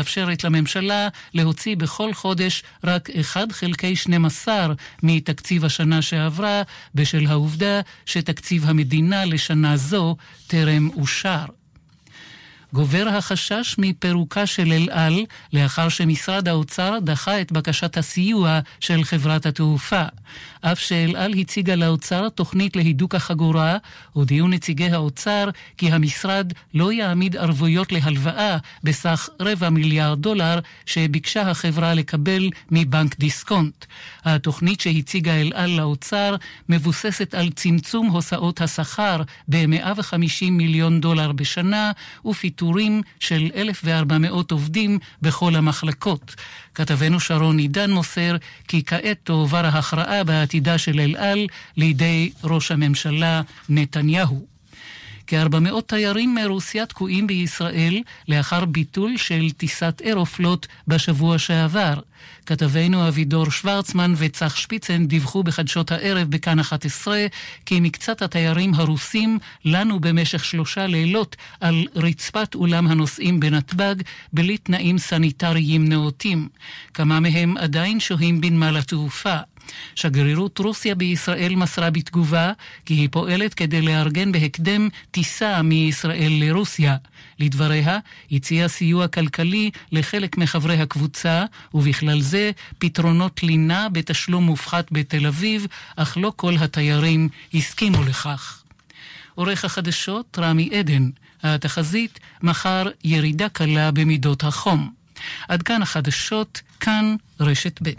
מאפשרת לממשלה להוציא בכל חודש רק 1/12 מתקציב השנה שעברה, בשל העובדה שתקציב המדינה לשנה זו טרם אושר. גובר החשש מפירוקה של אל על לאחר שמשרד האוצר דחה את בקשת הסיוע של חברת התעופה. אף שאל על הציגה לאוצר תוכנית להידוק החגורה, הודיעו נציגי האוצר כי המשרד לא יעמיד ערבויות להלוואה בסך $250 מיליון שביקשה החברה לקבל מבנק דיסקונט. התוכנית שהציגה אל על לאוצר מבוססת על צמצום הוצאות השכר ב$150 מיליון בשנה ופיטורים של 1,400 עובדים בכל המחלקות. כתבנו שרון עידן מוסר כי כעת תועבר ההכרעה בעתידה של אל על לידי ראש הממשלה נתניהו. כ-400 תיירים מרוסיה תקועים בישראל לאחר ביטול של טיסת אירופלוט בשבוע שעבר. כתבנו אבידור שוורצמן וצח שפיצן דיווחו בחדשות הערב בכאן 11 כי מקצת התיירים הרוסים לנו במשך 3 לילות על רצפת אולם הנוסעים בנתב"ג בלי תנאים סניטריים נאותים. כמה מהם עדיין שוהים בנמל התעופה. שגרירות רוסיה בישראל מסרה בתגובה כי היא פועלת כדי לארגן בהקדם טיסה מישראל לרוסיה. לדבריה, הציעה סיוע כלכלי לחלק מחברי הקבוצה, ובכלל זה פתרונות לינה בתשלום מופחת בתל אביב, אך לא כל התיירים הסכימו לכך. עורך החדשות רמי עדן, התחזית מחר ירידה קלה במידות החום. עד כאן החדשות, כאן רשת ב'.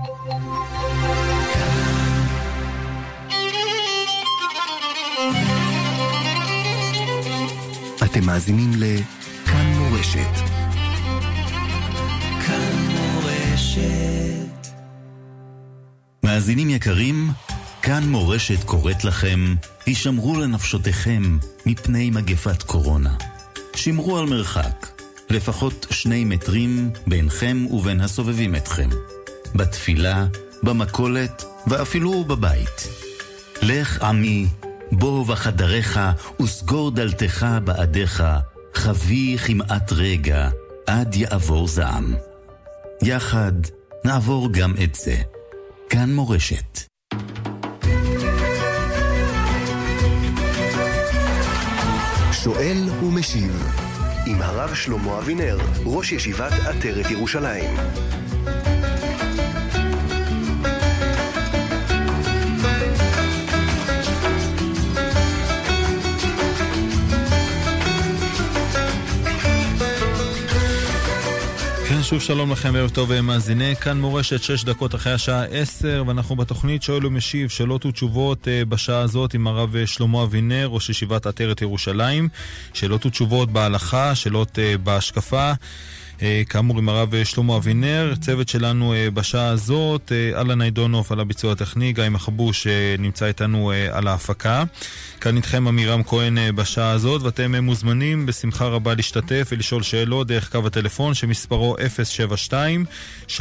אתם מאזינים לכאן מורשת. כאן מורשת. מאזינים יקרים, כאן מורשת קוראת לכם, הישמרו לנפשותיכם מפני מגפת קורונה. שמרו על מרחק, לפחות 2 מטרים ביניכם ובין הסובבים אתכם. בתפילה, במכולת ואפילו בבית. לך עמי, בוא בחדריך וסגור דלתך בעדיך, חבי כמעט רגע עד יעבור זעם. יחד נעבור גם את זה. כאן מורשת. שואל ומשיב עם הרב שלמה אבינר, ראש ישיבת עטרת ירושלים. שוב שלום לכם וערב טוב מאזיני כאן מורשת 6 דקות אחרי השעה 10 ואנחנו בתוכנית שואל ומשיב שאלות ותשובות בשעה הזאת עם הרב שלמה אבינר ראש ישיבת עטרת ירושלים. שאלות ותשובות בהלכה, שאלות בהשקפה, כאמור עם הרב שלמה אבינר. צוות שלנו בשעה הזאת, אלן איידונוף על הביצוע הטכני, גיא מחבוש נמצא איתנו על ההפקה. כאן איתכם אמירם כהן בשעה הזאת, ואתם מוזמנים בשמחה רבה להשתתף ולשאול שאלות דרך קו הטלפון שמספרו 072-333-2925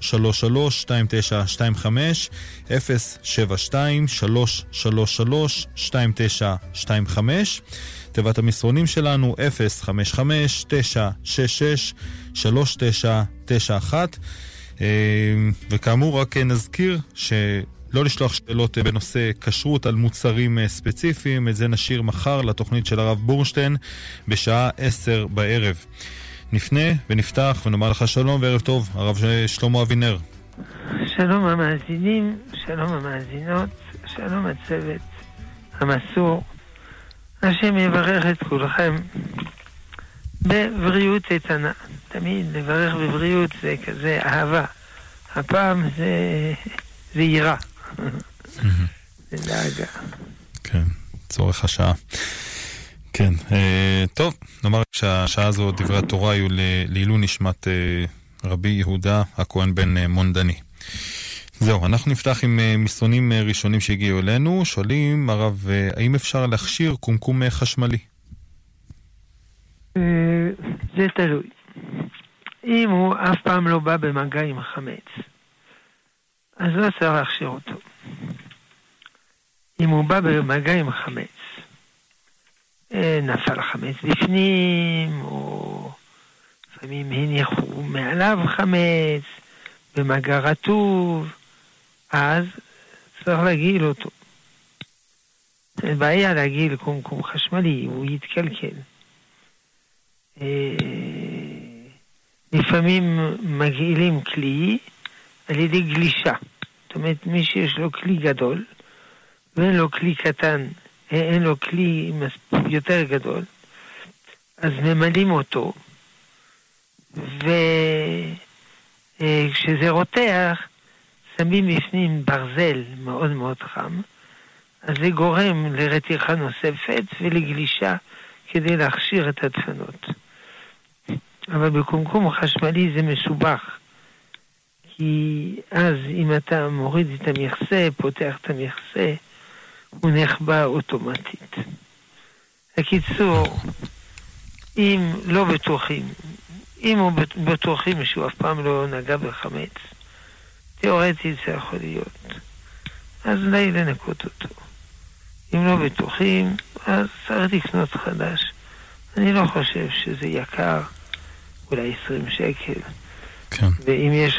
072-333-2925. תיבת המסרונים שלנו 055-966-3991. וכאמור רק נזכיר שלא לשלוח שאלות בנושא כשרות על מוצרים ספציפיים, את זה נשאיר מחר לתוכנית של הרב בורשטיין בשעה 10 בערב. נפנה ונפתח ונאמר לך שלום וערב טוב, הרב שלמה אבינר. שלום המאזינים, שלום המאזינות, שלום הצוות המסור. השם יברך את כולכם בבריאות איתנה. תמיד לברך בבריאות זה כזה אהבה. הפעם זה יראה. זה דאגה. כן, צורך השעה. כן, טוב, נאמר שהשעה הזו דברי התורה היו לעילוי נשמת רבי יהודה הכהן בן מונדני. זהו, אנחנו נפתח עם מסרונים ראשונים שהגיעו אלינו. שואלים, הרב, האם אפשר להכשיר קומקום חשמלי? זה תלוי. אם הוא אף פעם לא בא במגע עם החמץ, אז לא צריך להכשיר אותו. אם הוא בא במגע עם החמץ, נפל החמץ בפנים, או לפעמים הניחו מעליו חמץ, במגע רטוב, אז צריך להגיל אותו. אין בעיה להגיל קומקום חשמלי, הוא יתקלקל. לפעמים מגעילים כלי על ידי גלישה. זאת אומרת, מי שיש לו כלי גדול, ואין לו כלי קטן, אין לו כלי יותר גדול, אז ממלאים אותו, וכשזה רותח, שמים בפנים ברזל מאוד מאוד חם, אז זה גורם לרתיחה נוספת ולגלישה כדי להכשיר את הדפנות. אבל בקומקום חשמלי זה מסובך, כי אז אם אתה מוריד את המכסה, פותח את המכסה, הוא נחבא אוטומטית. הקיצור, אם לא בטוחים, אם הוא בטוחים שהוא אף פעם לא נגע בחמץ, תיאורטית זה יכול להיות, אז אולי לנקות אותו. אם לא בטוחים, אז צריך לקנות חדש. אני לא חושב שזה יקר, אולי 20 שקל. כן. ואם יש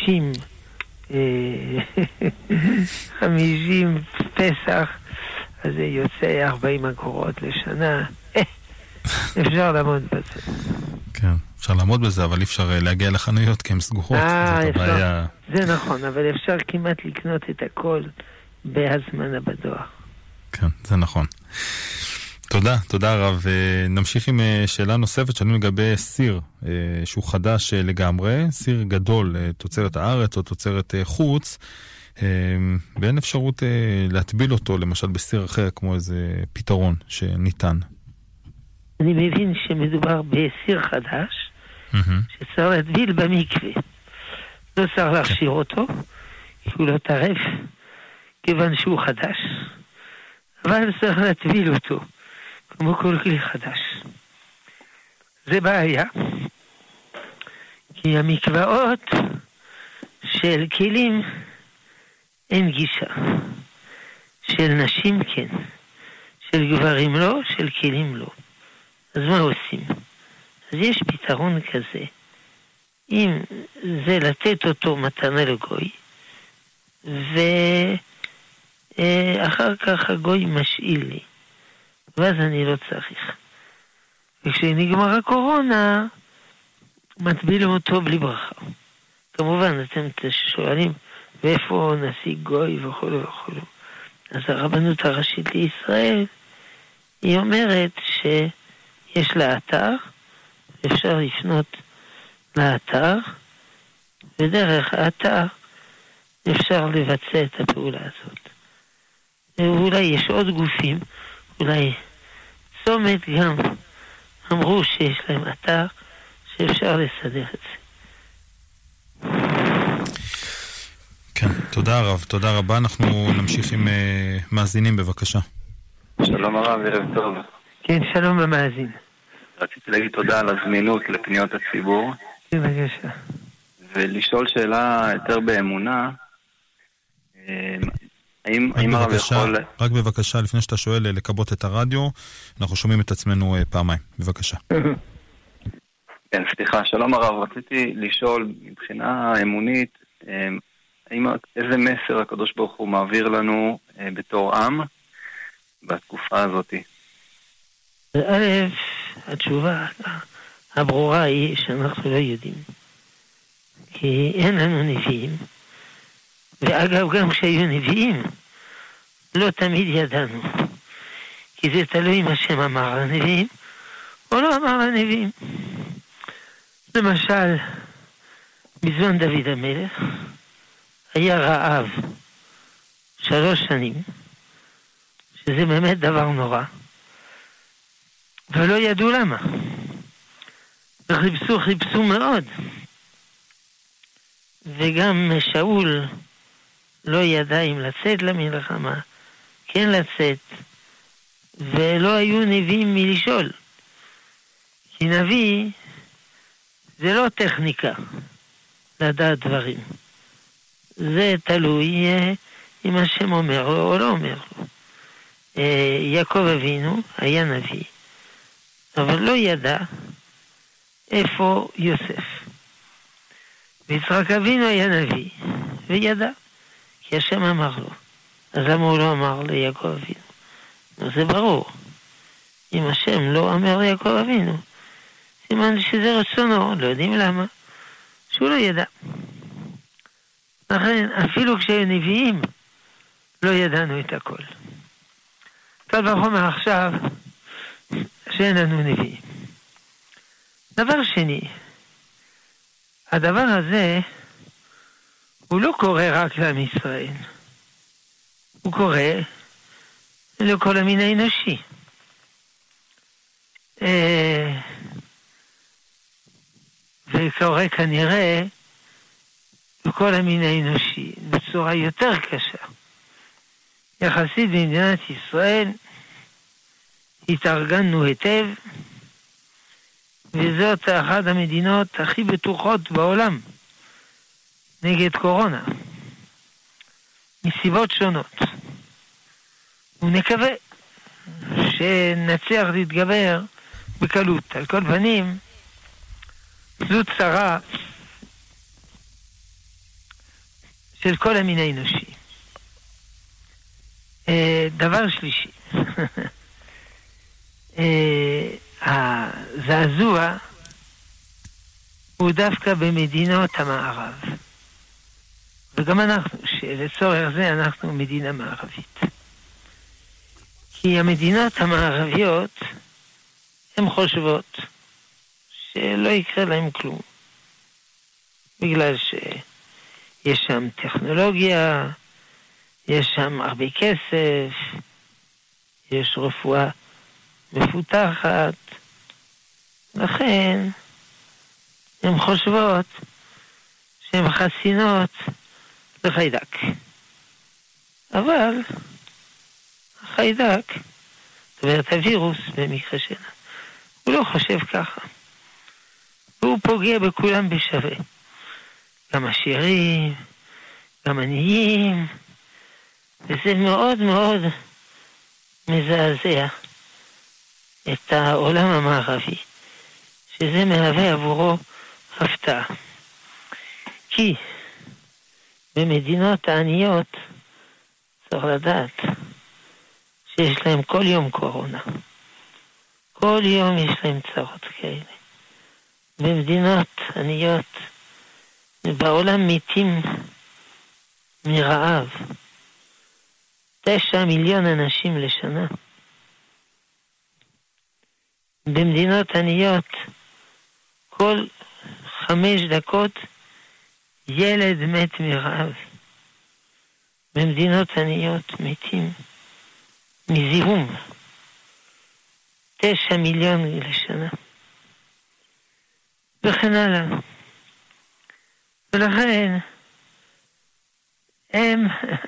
50 פסח, אז זה יוצא 40 אגורות לשנה. אפשר לעמוד בזה. כן, אפשר לעמוד בזה, אבל אפשר להגיע לחנויות כי הן סגורות. זאת הבעיה. זה נכון, אבל אפשר כמעט לקנות את הכל בהזמנה בדואר. כן, זה נכון. תודה רב. נמשיך עם שאלה נוספת שלנו לגבי סיר שהוא חדש לגמרי, סיר גדול, תוצרת הארץ או תוצרת חוץ, ואין אפשרות להטביל אותו למשל בסיר אחר כמו איזה פתרון שניתן. אני מבין שמדובר בסיר חדש שצריך להטביל במקווה. לא צריך להכשיר אותו, כי הוא לא טרף, כיוון שהוא חדש, אבל צריך להטביל אותו כמו כל כלי חדש. זה בעיה, כי המקוואות של כלים אין גישה, של נשים כן, של גברים לא, של כלים לא. אז מה עושים? אז יש פתרון כזה. אם זה לתת אותו מתנה לגוי, ואחר כך הגוי משאיל לי, ואז אני לא צריך. וכשנגמר הקורונה, מטבילים אותו בלי ברכה. כמובן, אתם שואלים, ואיפה נשיא גוי וכו' וכו'. אז הרבנות הראשית לישראל, היא אומרת שיש לה אתר, אפשר לפנות לאתר, ודרך האתר אפשר לבצע את הפעולה הזאת. ואולי יש עוד גופים, אולי צומת גם אמרו שיש להם אתר שאפשר לסדר את זה. כן, תודה רב, תודה רבה. אנחנו נמשיך עם מאזינים, בבקשה. שלום הרב, ערב טוב. כן, שלום המאזין. רציתי להגיד תודה על הזמינות לפניות הציבור. בבקשה. ולשאול שאלה יותר באמונה, האם הרב יכול... רק בבקשה, לפני שאתה שואל, לקבות את הרדיו, אנחנו שומעים את עצמנו פעמיים. בבקשה. כן, סליחה, שלום הרב, רציתי לשאול מבחינה אמונית, איזה מסר הקדוש ברוך הוא מעביר לנו בתור עם בתקופה הזאת? א', התשובה הברורה היא שאנחנו לא יודעים. כי אין לנו נביאים. ואגב, גם כשהיו נביאים, לא תמיד ידענו. כי זה תלוי מה שם אמר לנביאים, או לא אמר לנביאים. למשל, בזמן דוד המלך, היה רעב 3 שנים, שזה באמת דבר נורא, ולא ידעו למה. חיפשו מאוד. וגם שאול לא ידע אם לצאת למלחמה, כן לצאת, ולא היו נביאים מלשאול. כי נביא זה לא טכניקה לדעת דברים. זה תלוי אם השם אומר לו או לא אומר לו. יעקב אבינו היה נביא, אבל לא ידע איפה יוסף. ויצחק אבינו היה נביא, וידע, כי השם אמר לו. אז למה הוא לא אמר ליעקב אבינו? זה ברור. אם השם לא אמר ליעקב אבינו, סימן שזה רצונו, לא יודעים למה, שהוא לא ידע. לכן, אפילו כשהיו נביאים, לא ידענו את הכל. קל וחומר עכשיו, שאין לנו נביאים. דבר שני, הדבר הזה, הוא לא קורה רק לעם ישראל. הוא קורה לכל המין האנושי. וקורה כנראה לכל המין האנושי בצורה יותר קשה. יחסית במדינת ישראל התארגנו היטב, וזאת אחת המדינות הכי בטוחות בעולם נגד קורונה, מסיבות שונות. ונקווה שנצליח להתגבר בקלות. על כל פנים, זו צרה של כל המין האנושי. דבר שלישי, הזעזוע הוא דווקא במדינות המערב. וגם אנחנו, שלצורך זה אנחנו מדינה מערבית. כי המדינות המערביות הן חושבות שלא יקרה להם כלום. בגלל שיש שם טכנולוגיה, יש שם הרבה כסף, יש רפואה מפותחת, לכן הן חושבות שהן חסינות לחיידק. אבל החיידק, זאת אומרת הווירוס במקרה שלה, הוא לא חושב ככה. הוא פוגע בכולם בשווה. גם עשירים, גם עניים, וזה מאוד מאוד מזעזע את העולם המערבי, שזה מהווה עבורו הפתעה. כי במדינות העניות צריך לדעת שיש להם כל יום קורונה. כל יום יש להם צרות כאלה. במדינות עניות בעולם מתים מרעב 9 מיליון אנשים לשנה. במדינות עניות כל 5 דקות ילד מת מרעב. במדינות עניות מתים מזיהום 9 מיליון לשנה. וכן הלאה. ולכן הם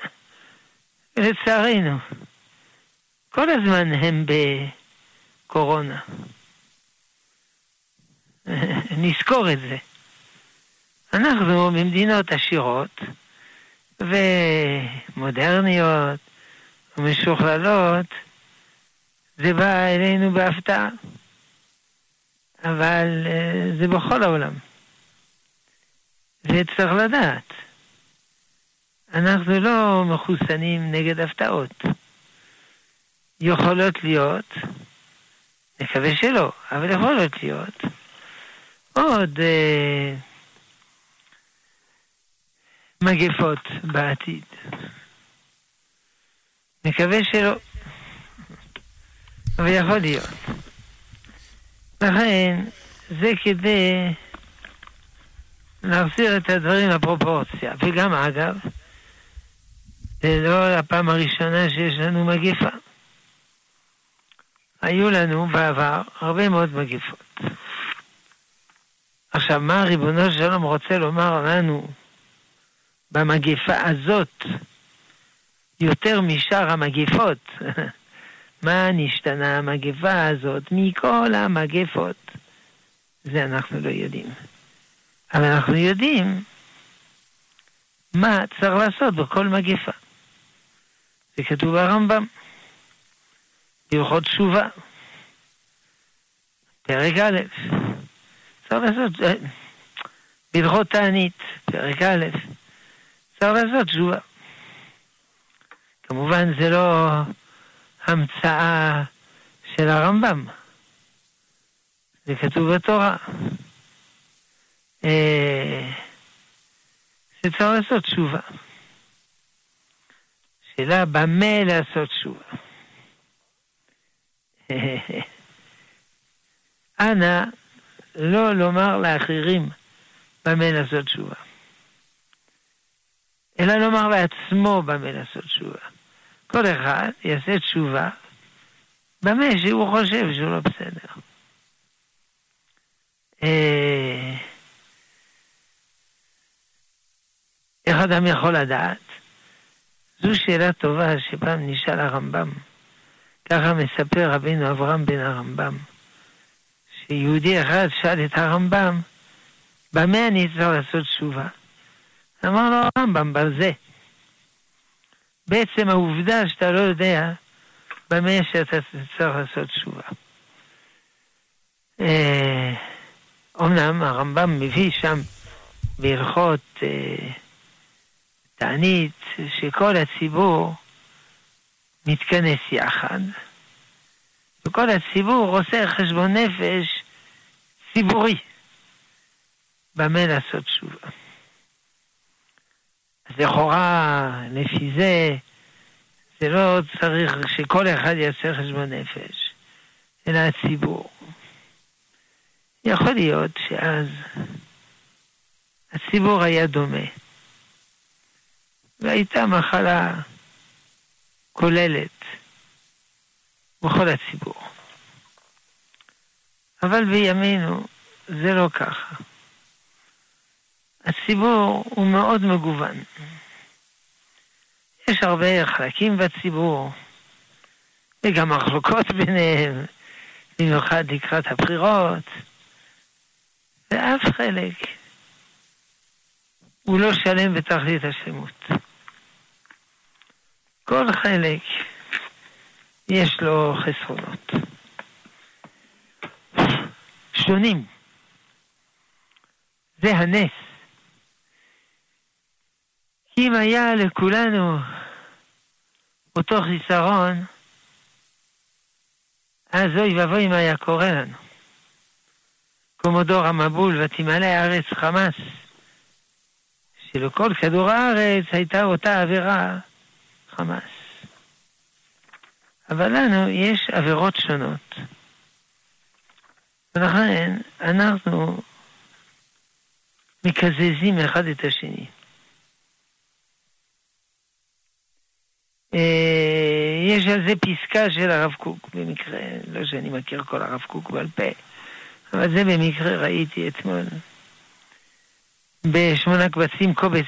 לצערנו כל הזמן הם בקורונה. נזכור את זה. אנחנו במדינות עשירות ומודרניות ומשוכללות, זה בא אלינו בהפתעה. אבל זה בכל העולם. וצריך לדעת, אנחנו לא מחוסנים נגד הפתעות. יכולות להיות, נקווה שלא, אבל יכולות להיות עוד מגפות בעתיד. נקווה שלא, אבל יכול להיות. לכן, זה כדי להחזיר את הדברים לפרופורציה. וגם אגב, זה לא הפעם הראשונה שיש לנו מגפה. היו לנו בעבר הרבה מאוד מגפות. עכשיו, מה ריבונו של עולם רוצה לומר לנו במגפה הזאת יותר משאר המגפות? מה נשתנה המגפה הזאת מכל המגפות? זה אנחנו לא יודעים. אבל אנחנו יודעים מה צריך לעשות בכל מגפה. זה כתוב ברמב"ם, בהלכות תשובה, פרק א', צריך לעשות, בהלכות תענית, פרק א', צריך לעשות תשובה. כמובן זה לא המצאה של הרמב"ם, זה כתוב בתורה. שצריך לעשות תשובה. שאלה במה לעשות תשובה. אנא לא לומר לאחרים במה לעשות תשובה, אלא לומר לעצמו במה לעשות תשובה. כל אחד יעשה תשובה במה שהוא חושב שהוא לא בסדר. איך אדם יכול לדעת? זו שאלה טובה שפעם נשאל הרמב"ם. ככה מספר רבינו אברהם בן הרמב"ם, שיהודי אחד שאל את הרמב"ם, במה אני צריך לעשות תשובה? אמר לו הרמב"ם, בזה. בעצם העובדה שאתה לא יודע במה שאתה צריך לעשות תשובה. אמנם הרמב"ם מביא שם בהלכות תענית שכל הציבור מתכנס יחד, וכל הציבור עושה חשבון נפש ציבורי במה לעשות תשובה. אז לכאורה, לפי זה לא צריך שכל אחד יעשה חשבון נפש, אלא הציבור. יכול להיות שאז הציבור היה דומה, והייתה מחלה כוללת בכל הציבור. אבל בימינו זה לא ככה. הציבור הוא מאוד מגוון. יש הרבה חלקים בציבור, וגם מחלוקות ביניהם, במיוחד לקראת הבחירות, ואף חלק הוא לא שלם בתכלית השלמות. כל חלק יש לו חסרונות שונים. זה הנס. אם היה לכולנו אותו חיסרון, אז אוי ואבוי מה היה קורה לנו. כמו דור המבול ותמלא הארץ חמס, שלכל כדור הארץ הייתה אותה עבירה חמס. אבל לנו יש עבירות שונות. ולכן אנחנו מקזזים אחד את השני. יש על זה פסקה של הרב קוק במקרה, לא שאני מכיר כל הרב קוק בעל פה, אבל זה במקרה ראיתי אתמול. בשמונה קבצים קובץ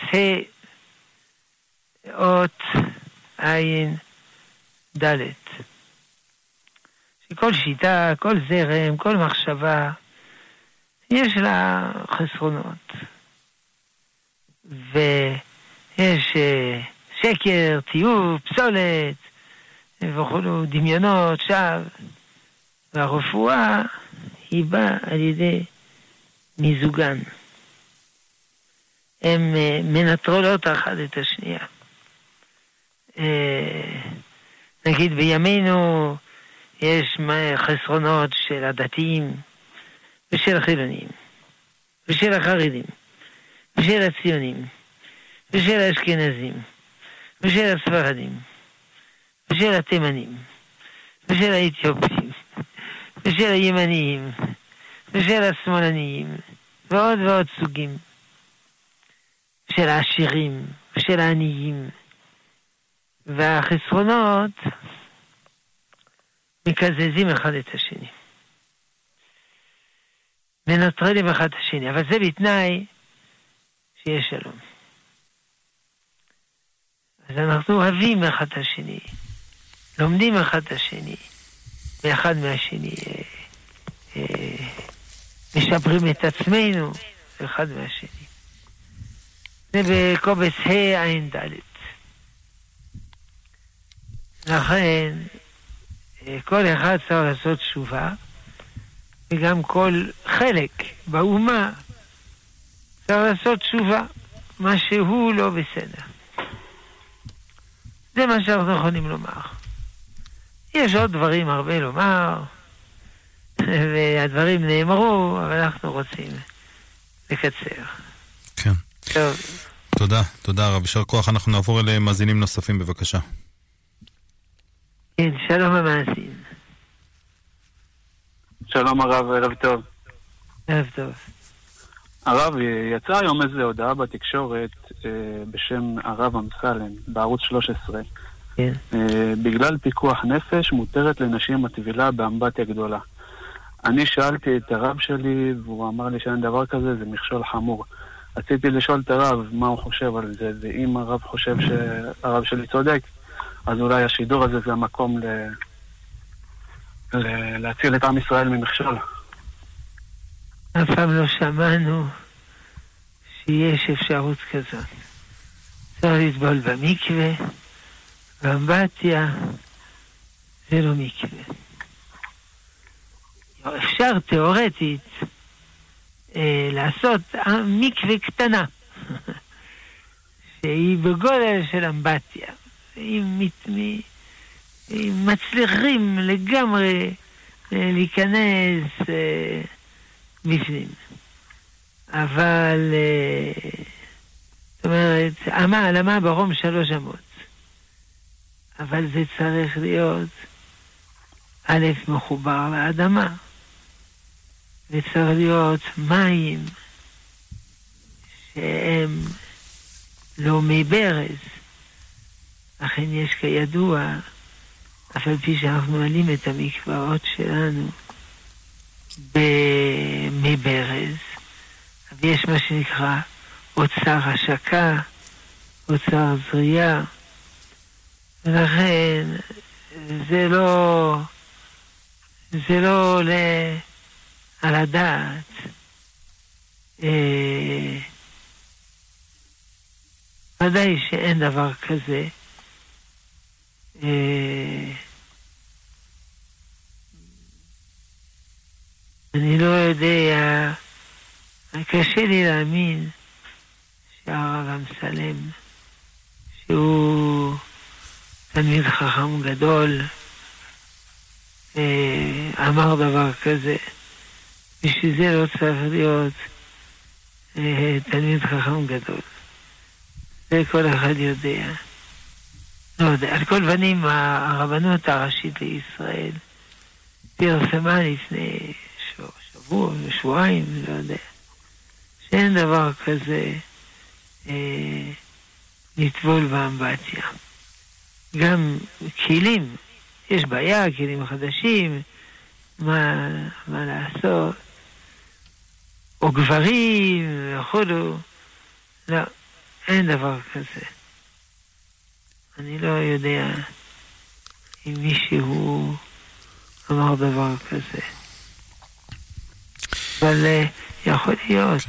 אות עין דלת. שכל שיטה, כל זרם, כל מחשבה, יש לה חסרונות. ויש שקר, תיעוב, פסולת, וכולו דמיונות, שווא. והרפואה היא באה על ידי מיזוגן. הן מנטרלות אחת את השנייה. נגיד בימינו יש חסרונות של הדתיים ושל החילונים ושל החרדים ושל הציונים ושל האשכנזים ושל הספרדים ושל התימנים ושל האתיופים ושל הימניים ושל השמאלניים ועוד ועוד סוגים, של העשירים ושל העניים. והחסרונות מקזזים אחד את השני, מנטרלים אחד את השני, אבל זה בתנאי שיש שלום. אז אנחנו אוהבים אחד את השני, לומדים אחד את השני, ואחד מהשני משפרים את עצמנו אחד מהשני. זה בקובץ עין דלת. לכן כל אחד צריך לעשות תשובה וגם כל חלק באומה צריך לעשות תשובה, מה שהוא לא בסדר. זה מה שאנחנו יכולים לומר. יש עוד דברים הרבה לומר, והדברים נאמרו, אבל אנחנו רוצים לקצר. כן. טוב. תודה רב. יישר כוח. אנחנו נעבור אל מאזינים נוספים, בבקשה. כן, שלום המאזין. שלום הרב, ערב טוב. ערב טוב. הרב, יצאה היום איזו הודעה בתקשורת בשם הרב אמסלם, בערוץ 13. כן. בגלל פיקוח נפש מותרת לנשים הטבילה באמבטיה גדולה. אני שאלתי את הרב שלי והוא אמר לי שאין דבר כזה, זה מכשול חמור. רציתי לשאול את הרב מה הוא חושב על זה, ואם הרב חושב שהרב שלי צודק, אז אולי השידור הזה זה המקום להציל את עם ישראל ממכשול. אף פעם לא שמענו שיש אפשרות כזאת. צריך לטבול במקווה, באמבטיה, זה לא מקווה. אפשר תיאורטית לעשות מקווה קטנה שהיא בגודל של אמבטיה. אם מצליחים לגמרי להיכנס בפנים. אבל זאת אומרת, למה ברום 3 אמות. אבל זה צריך להיות א' מחובר לאדמה. וצריך להיות מים שהם לא מברז. לכן יש כידוע, אף על פי שאנחנו מעלים את המקוואות שלנו במברז, אבל יש מה שנקרא אוצר השקה, אוצר זריעה, ולכן זה לא עולה על הדעת ודאי שאין דבר כזה. אני לא יודע, קשה לי להאמין שהרב אמסלם, שהוא תלמיד חכם גדול, אמר דבר כזה. בשביל זה לא צריך להיות תלמיד חכם גדול. זה כל אחד יודע. לא יודע. על כל פנים, הרבנות הראשית לישראל פרסמה לפני שבוע, שבועיים, לא יודע, שאין דבר כזה לטבול באמבטיה. גם כלים, יש בעיה, כלים חדשים, מה לעשות, או גברים וכולו. לא, אין דבר כזה. אני לא יודע אם מישהו אמר דבר כזה. אבל יכול להיות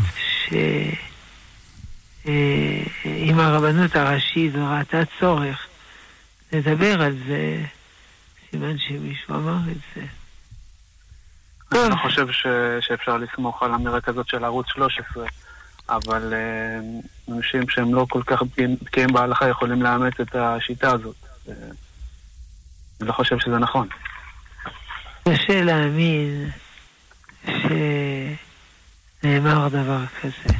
שאם הרבנות הראשית ראתה צורך לדבר על זה, סימן שמישהו אמר את זה. אני לא חושב שאפשר לסמוך על אמירה כזאת של ערוץ 13, אבל אנשים שהם לא כל כך בקיאים בהלכה יכולים לאמץ את השיטה הזאת. אני לא חושב שזה נכון. קשה להאמין שנאמר דבר כזה.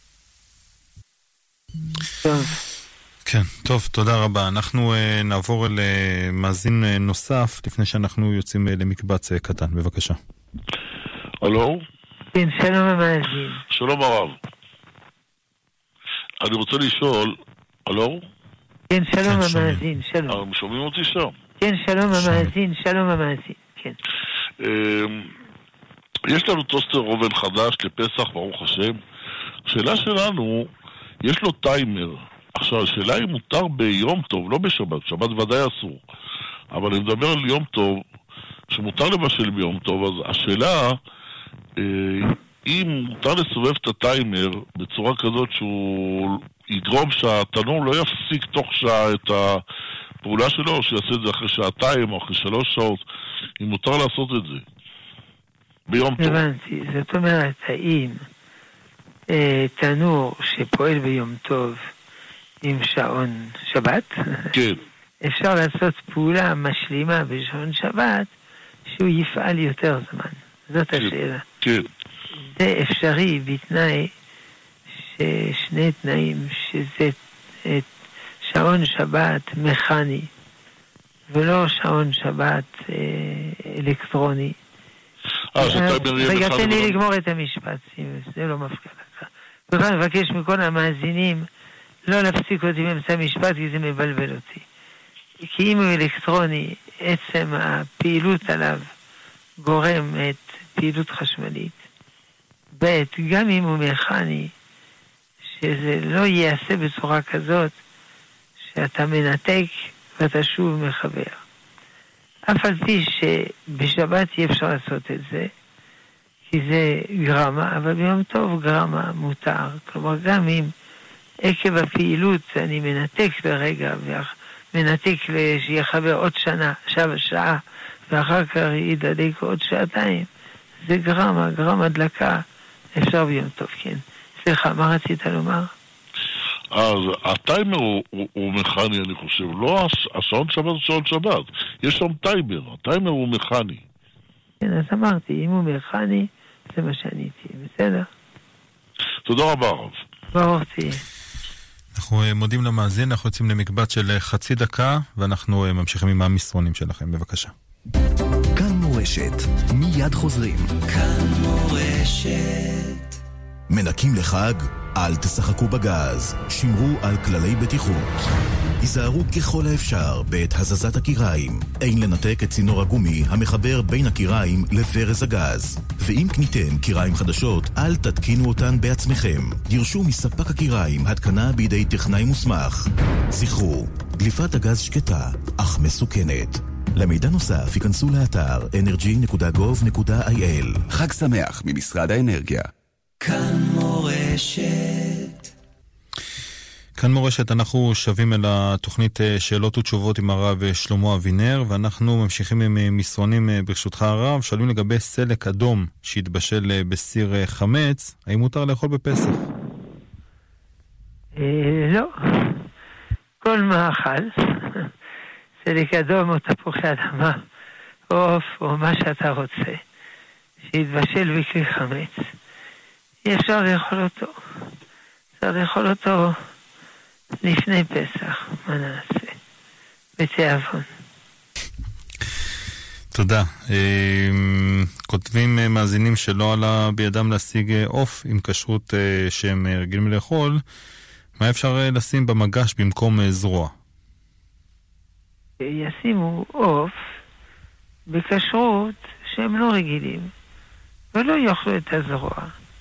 טוב. כן, טוב, תודה רבה. אנחנו נעבור למאזין נוסף לפני שאנחנו יוצאים למקבץ קטן. בבקשה. הלו? כן, שלום המאזין. שלום הרב. אני רוצה לשאול, הלו? כן, שלום המאזין, שלום. שומעים אותי שם? כן, שלום המאזין, שלום המאזין, כן. יש לנו טוסטר אובן חדש לפסח, ברוך השם. השאלה שלנו, יש לו טיימר. עכשיו, השאלה היא מותר ביום טוב, לא בשבת, שבת ודאי אסור. אבל אני מדבר על יום טוב, שמותר לבשל ביום טוב, אז השאלה, אם מותר לסובב את הטיימר בצורה כזאת שהוא יגרום שהתנור לא יפסיק תוך שעה את הפעולה שלו, או שיעשה את זה אחרי שעתיים או אחרי 3 שעות, אם מותר לעשות את זה. ביום טוב. הבנתי, זאת אומרת, האם תנור שפועל ביום טוב עם שעון שבת, כן. אפשר לעשות פעולה משלימה בשעון שבת שהוא יפעל יותר זמן. זאת השאלה. כן. זה אפשרי בתנאי ששני תנאים, שזה שעון שבת מכני ולא שעון שבת אלקטרוני. רגע, תן לי לגמור את המשפט, זה לא מפריע לך. וכאן מבקש מכל המאזינים לא להפסיק אותי באמצע המשפט, כי זה מבלבל אותי. כי אם הוא אלקטרוני, עצם הפעילות עליו גורם את פעילות חשמלית. ב', גם אם הוא מכני, שזה לא ייעשה בצורה כזאת שאתה מנתק ואתה שוב מחבר. אף על פי שבשבת אי אפשר לעשות את זה, כי זה גרמה, אבל ביום טוב גרמה מותר. כלומר, גם אם עקב הפעילות אני מנתק לרגע, מנתק שיחבר עוד שעה, ואחר כך ידלק עוד שעתיים, זה גרם הדלקה, אפשר ביום טוב, כן. סליחה, מה רצית לומר? אז הטיימר הוא מכני, אני חושב. לא השעון שבת הוא שעון שבת. יש שם טיימר, הטיימר הוא מכני. כן, אז אמרתי, אם הוא מכני, זה מה שעניתי, בסדר? תודה רבה, רב. ברור תהיה. אנחנו מודים למאזין, אנחנו יוצאים למקבץ של חצי דקה, ואנחנו ממשיכים עם המסרונים שלכם, בבקשה. כאן מורשת, מיד חוזרים. כאן מורשת. מנקים לחג? אל תשחקו בגז, שמרו על כללי בטיחות. היזהרו ככל האפשר בעת הזזת הקיריים. אין לנתק את צינור הגומי המחבר בין הקיריים לברז הגז. ואם קניתם קיריים חדשות, אל תתקינו אותן בעצמכם. דרשו מספק הקיריים התקנה בידי טכנאי מוסמך. זכרו, דליפת הגז שקטה, אך מסוכנת. למידע נוסף ייכנסו לאתר energy.gov.il. חג שמח ממשרד האנרגיה. כאן מורשת. כאן מורשת, אנחנו שווים אל התוכנית שאלות ותשובות עם הרב שלמה אבינר, ואנחנו ממשיכים עם מסרונים ברשותך הרב. שואלים לגבי סלק אדום שהתבשל בסיר חמץ, האם מותר לאכול בפסח? לא. כל מאכל, סלק אדום או תפוחי אדמה, או עוף או מה שאתה רוצה, שהתבשל בכלי חמץ, אפשר לאכול אותו. אפשר לאכול אותו לפני פסח, מה נעשה? בתיאבון. תודה. כותבים מאזינים שלא עלה בידם להשיג עוף עם כשרות שהם רגילים לאכול. מה אפשר לשים במגש במקום זרוע? ישימו עוף בכשרות שהם לא רגילים, ולא יאכלו את הזרוע.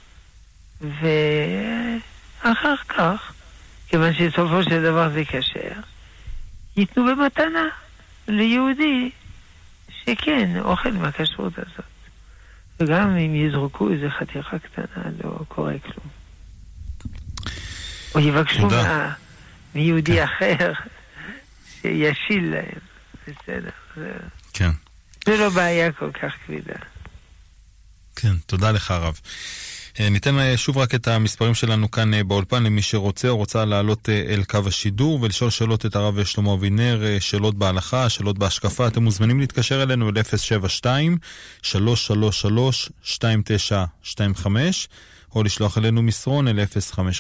ואחר כך, כיוון שסופו של דבר זה כשר, ייתנו במתנה ליהודי שכן אוכל מהכשרות הזאת. וגם אם יזרקו איזה חתיכה קטנה, לא קורה כלום. או יבקשו מיהודי אחר שישיל להם. בסדר. כן. זה לא בעיה כל כך כבידה. כן, תודה לך הרב. ניתן שוב רק את המספרים שלנו כאן באולפן למי שרוצה או רוצה לעלות אל קו השידור ולשאול שאלות את הרב שלמה אבינר, שאלות בהלכה, שאלות בהשקפה. אתם מוזמנים להתקשר אלינו אל 072-333-2925 או לשלוח אלינו מסרון אל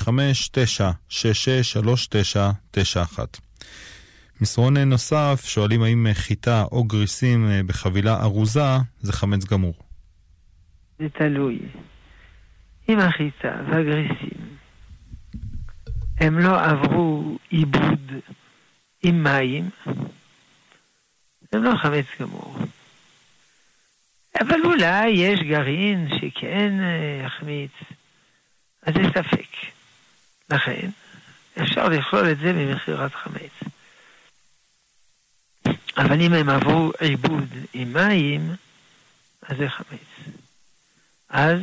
055-966-3991. מסרון נוסף, שואלים האם חיטה או גריסים בחבילה ארוזה זה חמץ גמור. זה תלוי. אם החיטה והגריסים הם לא עברו עיבוד עם מים, הם לא חמץ גמור. אבל אולי יש גרעין שכן יחמיץ, אז זה ספק. לכן אפשר לכלול את זה במכירת חמץ. אבל אם הם עברו עיבוד עם מים, אז זה חמץ. אז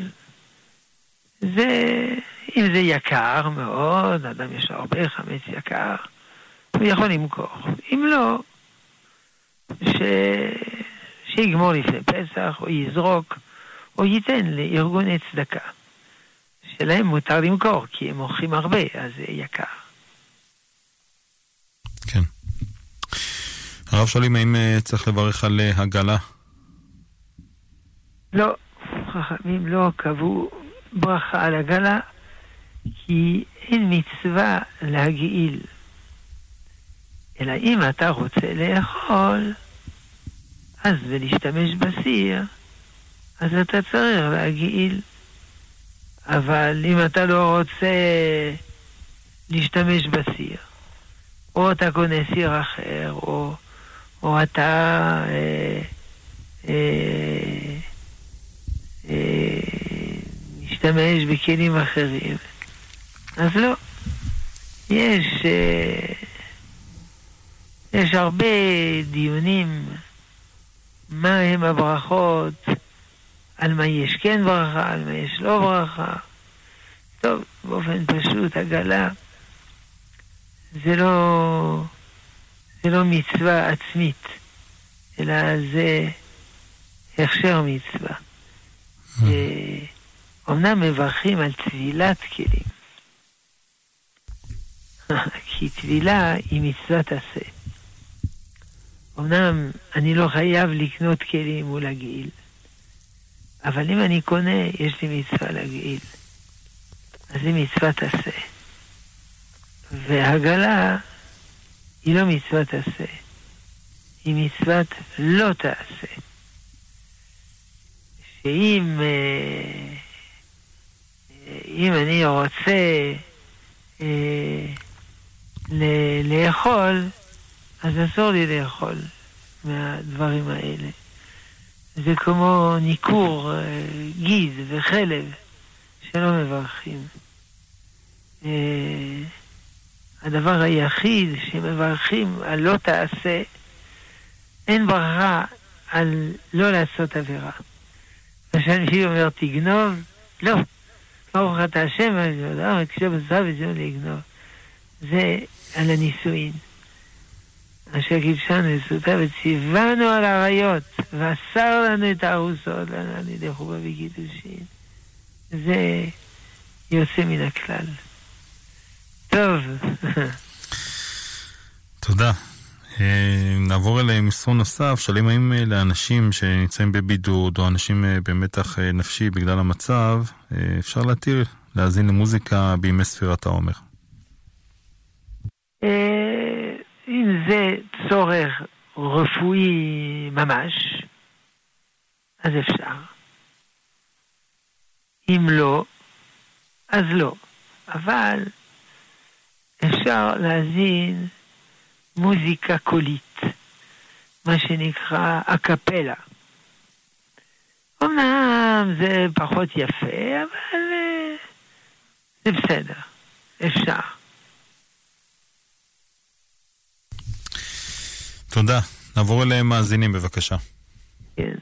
זה, אם זה יקר מאוד, אדם יש הרבה חמץ יקר, הוא יכול למכור. אם לא, שיגמור לפני פסח, או יזרוק, או ייתן לארגוני צדקה. שלהם מותר למכור, כי הם מוכרים הרבה, אז זה יקר. כן. הרב שואלים האם צריך לברך על הגלה? לא, חכמים לא קבעו ברכה על הגלה, כי אין מצווה להגעיל. אלא אם אתה רוצה לאכול, אז ולהשתמש בסיר, אז אתה צריך להגעיל. אבל אם אתה לא רוצה להשתמש בסיר, או אתה קונה סיר אחר, או אתה משתמש בכלים אחרים, אז לא. יש הרבה דיונים מה הם הברכות, על מה יש כן ברכה, על מה יש לא ברכה. טוב, באופן פשוט, הגלה זה לא מצווה עצמית, אלא זה הכשר מצווה. אמנם מברכים על טבילת כלים, כי טבילה היא מצוות עשה. אמנם אני לא חייב לקנות כלים ולהגעיל, אבל אם אני קונה, יש לי מצווה להגעיל. אז זה מצוות עשה. והגלה היא לא מצוות עשה, היא מצוות לא תעשה. שאם אני רוצה לאכול, אז אסור לי לאכול מהדברים האלה. זה כמו ניקור גיד וחלב שלא מברכים. הדבר היחיד שמברכים על לא תעשה, אין ברכה על לא לעשות עבירה. כשאני אומר תגנוב, לא. ברוך אתה השם, כשבשר וציון לגנוב. זה על הנישואין. אשר קידשנו לזכותה וציוונו על עריות, ואסר לנו את הארוסות, לנו ילכו בה בקידושין. זה יוצא מן הכלל. טוב. תודה. נעבור אל מסרון נוסף. שואלים האם לאנשים שנמצאים בבידוד או אנשים במתח נפשי בגלל המצב, אפשר להתיר להאזין למוזיקה בימי ספירת העומר? אם זה צורך רפואי ממש, אז אפשר. אם לא, אז לא. אבל אפשר להאזין מוזיקה קולית, מה שנקרא אקפלה. אומנם זה פחות יפה, אבל זה בסדר, אפשר. תודה. נעבור אליהם מאזינים בבקשה. כן.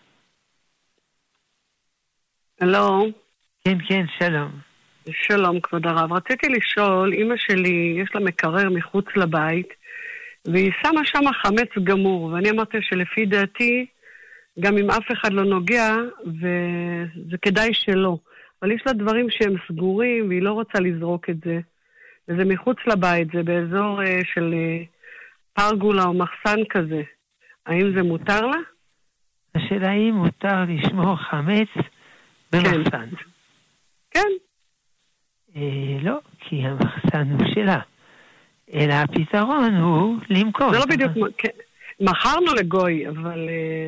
הלו. כן, כן, שלום. שלום, כבוד הרב. רציתי לשאול, אמא שלי יש לה מקרר מחוץ לבית, והיא שמה שם חמץ גמור, ואני אמרתי שלפי דעתי, גם אם אף אחד לא נוגע, וזה כדאי שלא. אבל יש לה דברים שהם סגורים, והיא לא רוצה לזרוק את זה. וזה מחוץ לבית, זה באזור של פרגולה או מחסן כזה. האם זה מותר לה? השאלה היא מותר לשמור חמץ במחסן. כן. לא, כי המחסן הוא שלה. אלא הפתרון הוא למכור. זה לא בדיוק, מכרנו לגוי, אבל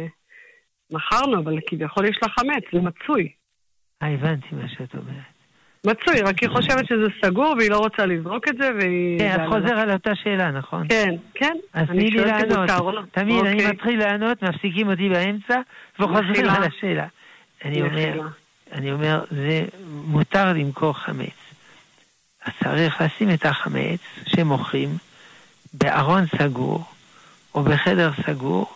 כביכול יש לה חמץ, זה מצוי. הבנתי מה שאת אומרת. מצוי, רק היא חושבת שזה סגור והיא לא רוצה לזרוק את זה והיא... כן, את חוזר על אותה שאלה, נכון? כן, כן. אז תני לי לענות. תמיד אני מתחיל לענות, מפסיקים אותי באמצע וחוזרים על השאלה. אני אומר, זה מותר למכור חמץ. אז צריך לשים את החמץ שמוכרים בארון סגור או בחדר סגור,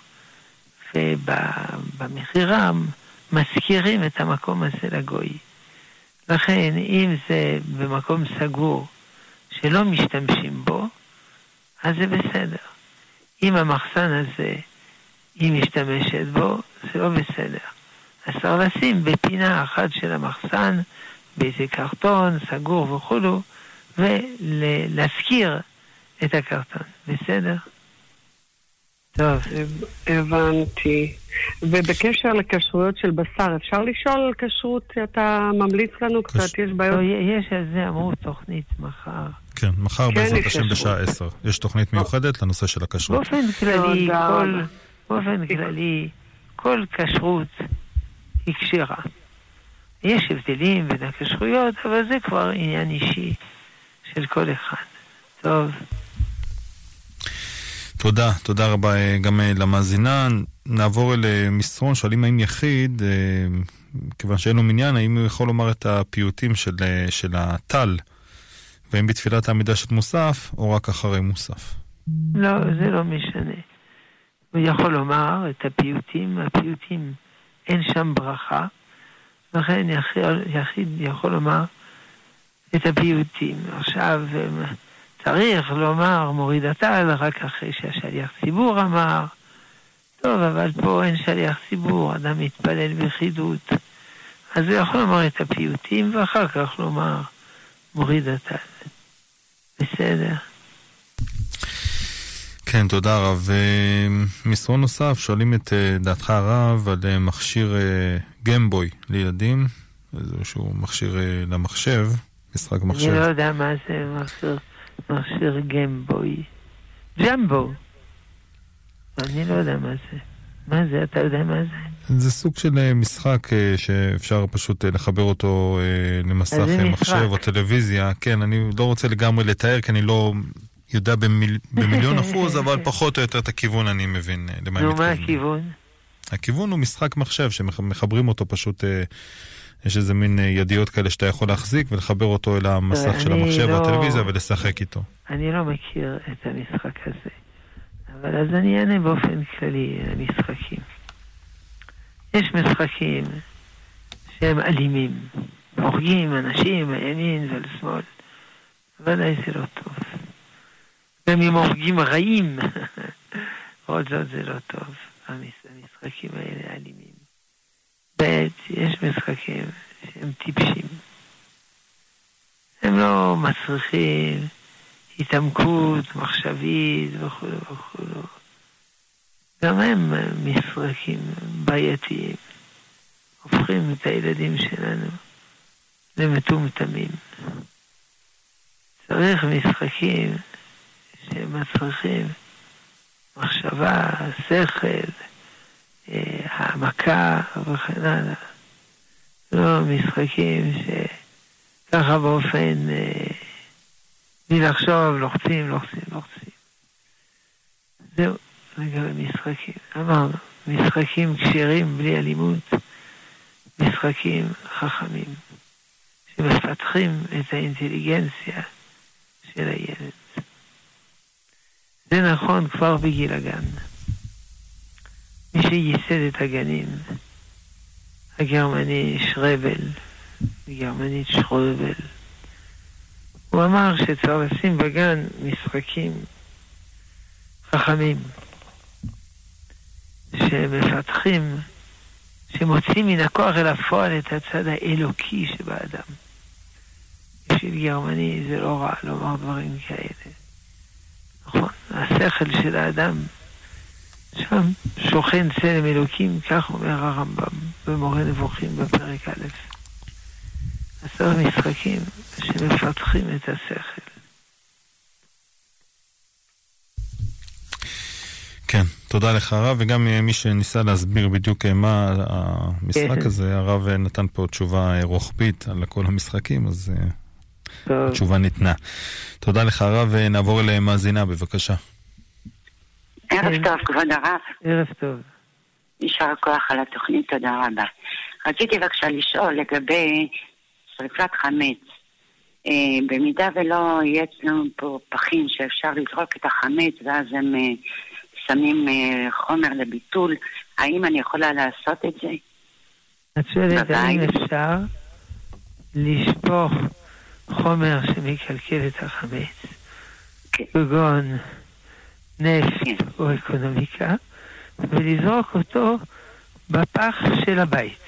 ובמחירם מזכירים את המקום הזה לגוי. לכן, אם זה במקום סגור שלא משתמשים בו, אז זה בסדר. אם המחסן הזה, היא משתמשת בו, זה לא בסדר. אסור לשים בפינה אחת של המחסן, באיזה קרטון, סגור וכולו, ולהזכיר את הקרטון. בסדר? טוב. הבנתי. ובקשר לכשרויות של בשר, אפשר לשאול על כשרות שאתה ממליץ לנו קצת? יש בעיות? יש על זה, אמרו תוכנית מחר. כן, מחר בעזרת השם בשעה 10. יש תוכנית מיוחדת לנושא של הכשרות. באופן כללי, כל כשרות היא כשרה. יש הבדלים בין הכשרויות, אבל זה כבר עניין אישי של כל אחד. טוב. תודה רבה גם למאזינה. נעבור אל מסרון, שואלים האם יחיד, כיוון שאין לו מניין, האם הוא יכול לומר את הפיוטים של הטל, והאם בתפילת העמידה של מוסף, או רק אחרי מוסף? לא, זה לא משנה. הוא יכול לומר את הפיוטים, אין שם ברכה, לכן יחיד יכול לומר את הפיוטים. עכשיו צריך לומר מוריד הטל רק אחרי שהשליח ציבור אמר. טוב, אבל פה אין שליח ציבור, אדם מתפלל בחידות. אז הוא יכול לומר את הפיוטים ואחר כך לומר מוריד הטל. בסדר. כן, תודה רב. מסרון נוסף, שואלים את דעתך הרב על מכשיר גיימבוי לילדים, איזשהו מכשיר למחשב, משחק מחשב. אני לא יודע מה זה מכשיר גיימבוי. ג'מבו. אני לא יודע מה זה. מה זה? אתה יודע מה זה? זה סוג של משחק שאפשר פשוט לחבר אותו למסך מחשב או טלוויזיה. כן, אני לא רוצה לגמרי לתאר, כי אני לא יודע במיליון אחוז, אבל פחות או יותר את הכיוון אני מבין למה הם מתכוונים. מה הכיוון? הכיוון הוא משחק מחשב, שמחברים אותו פשוט, יש איזה מין ידיות כאלה שאתה יכול להחזיק ולחבר אותו אל המסך של המחשב או הטלוויזיה ולשחק איתו. אני לא מכיר את המשחק הזה. אבל אז אני אענה באופן כללי משחקים. יש משחקים שהם אלימים, הורגים אנשים מימין ולשמאל. ודאי זה לא טוב. גם אם הורגים רעים, עוד זאת זה לא טוב. המשחקים האלה אלימים. יש משחקים שהם טיפשים. הם לא מצריכים התעמקות, מחשבית וכו' וכו'. גם הם משחקים בעייתיים. הופכים את הילדים שלנו למטומטמים. צריך משחקים שמצריכים מחשבה, שכל, העמקה וכן הלאה. לא משחקים שככה באופן בלי לחשוב, לוחצים. זהו, לגבי משחקים. אמרנו, משחקים כשרים בלי אלימות, משחקים חכמים, שמפתחים את האינטליגנציה של הילד. זה נכון כבר בגיל הגן. מי שייסד את הגנים, הגרמני שרבל, הגרמנית שרובל, הוא אמר שצריך לשים בגן משחקים חכמים, שמפתחים, שמוצאים מן הכוח אל הפועל את הצד האלוקי שבאדם. בשביל גרמני זה לא רע לומר דברים כאלה. נכון, השכל של האדם, שם שוכן צלם אלוקים, כך אומר הרמב"ם במורה נבוכים בפרק א'. עשר משחקים שמפתחים את השכל. כן, תודה לך הרב, וגם מי שניסה להסביר בדיוק מה המשחק הזה, הרב נתן פה תשובה רוחבית על כל המשחקים, אז התשובה ניתנה. תודה לך הרב, ונעבור למאזינה, בבקשה. ערב טוב, כבוד הרב. ערב טוב. יישר כוח על התוכנית, תודה רבה. רציתי בבקשה לשאול לגבי שריפת חמץ. במידה ולא יהיה לנו פה פחים שאפשר לזרוק את החמץ, ואז הם שמים חומר לביטול, האם אני יכולה לעשות את זה? את שואלת האם אפשר לשפוך חומר שמקלקל את החמץ, כגון נפט או אקונומיקה, ולזרוק אותו בפח של הבית.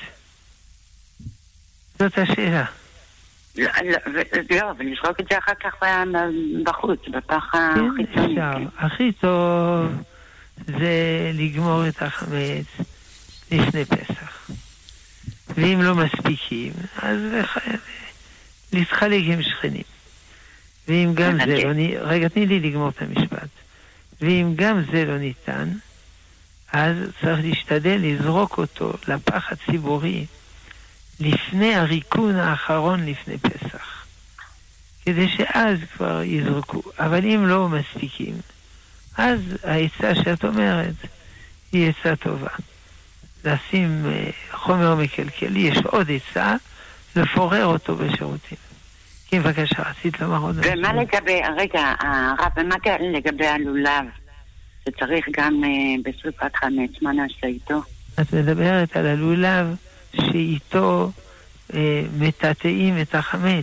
זאת השאלה. לא, ולזרוק את זה אחר כך בחוץ, בפח החיצוני. כן, הכי טוב זה לגמור את החמץ לפני פסח. ואם לא מספיקים, אז להתחלק עם שכנים. ואם גם זה לא ניתן, רגע, תני לי לגמור את המשפט. ואם גם זה לא ניתן, אז צריך להשתדל לזרוק אותו לפח הציבורי לפני הריקון האחרון לפני פסח. כדי שאז כבר יזרקו. אבל אם לא מספיקים, אז העצה שאת אומרת היא עצה טובה. לשים חומר מקלקל. יש עוד עצה, לפורר אותו בשירותים. כן, בבקשה, רצית לומר עוד משהו. ומה לגבי, רגע, הרב, ומה לגבי הלולב? שצריך גם בסופת חמץ, מה נעשה איתו? את מדברת על הלולב שאיתו מטאטאים את החמץ.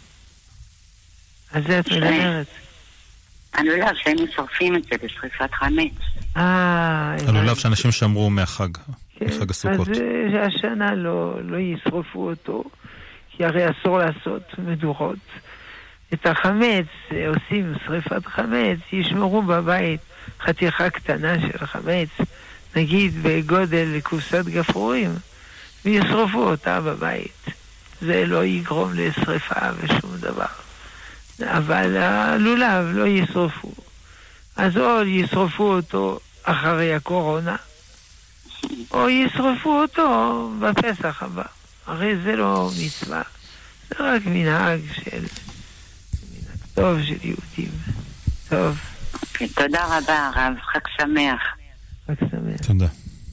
אז זה את מדברת. הלולב שהם שורפים את זה בשריפת חמץ. הלולב שאנשים שמרו מהחג, מחג הסוכות. אז השנה לא ישרפו אותו, כי הרי אסור לעשות מדורות. את החמץ, עושים שריפת חמץ, ישמרו בבית חתיכה קטנה של חמץ, נגיד בגודל קופסת גפרורים, וישרפו אותה בבית. זה לא יגרום לשריפה ושום דבר. אבל הלולב לא ישרפו. אז או ישרפו אותו אחרי הקורונה, או ישרפו אותו בפסח הבא. הרי זה לא מצווה. זה רק מנהג טוב של יהודים. טוב. תודה רבה, הרב. חג שמח. חג שמח. תודה.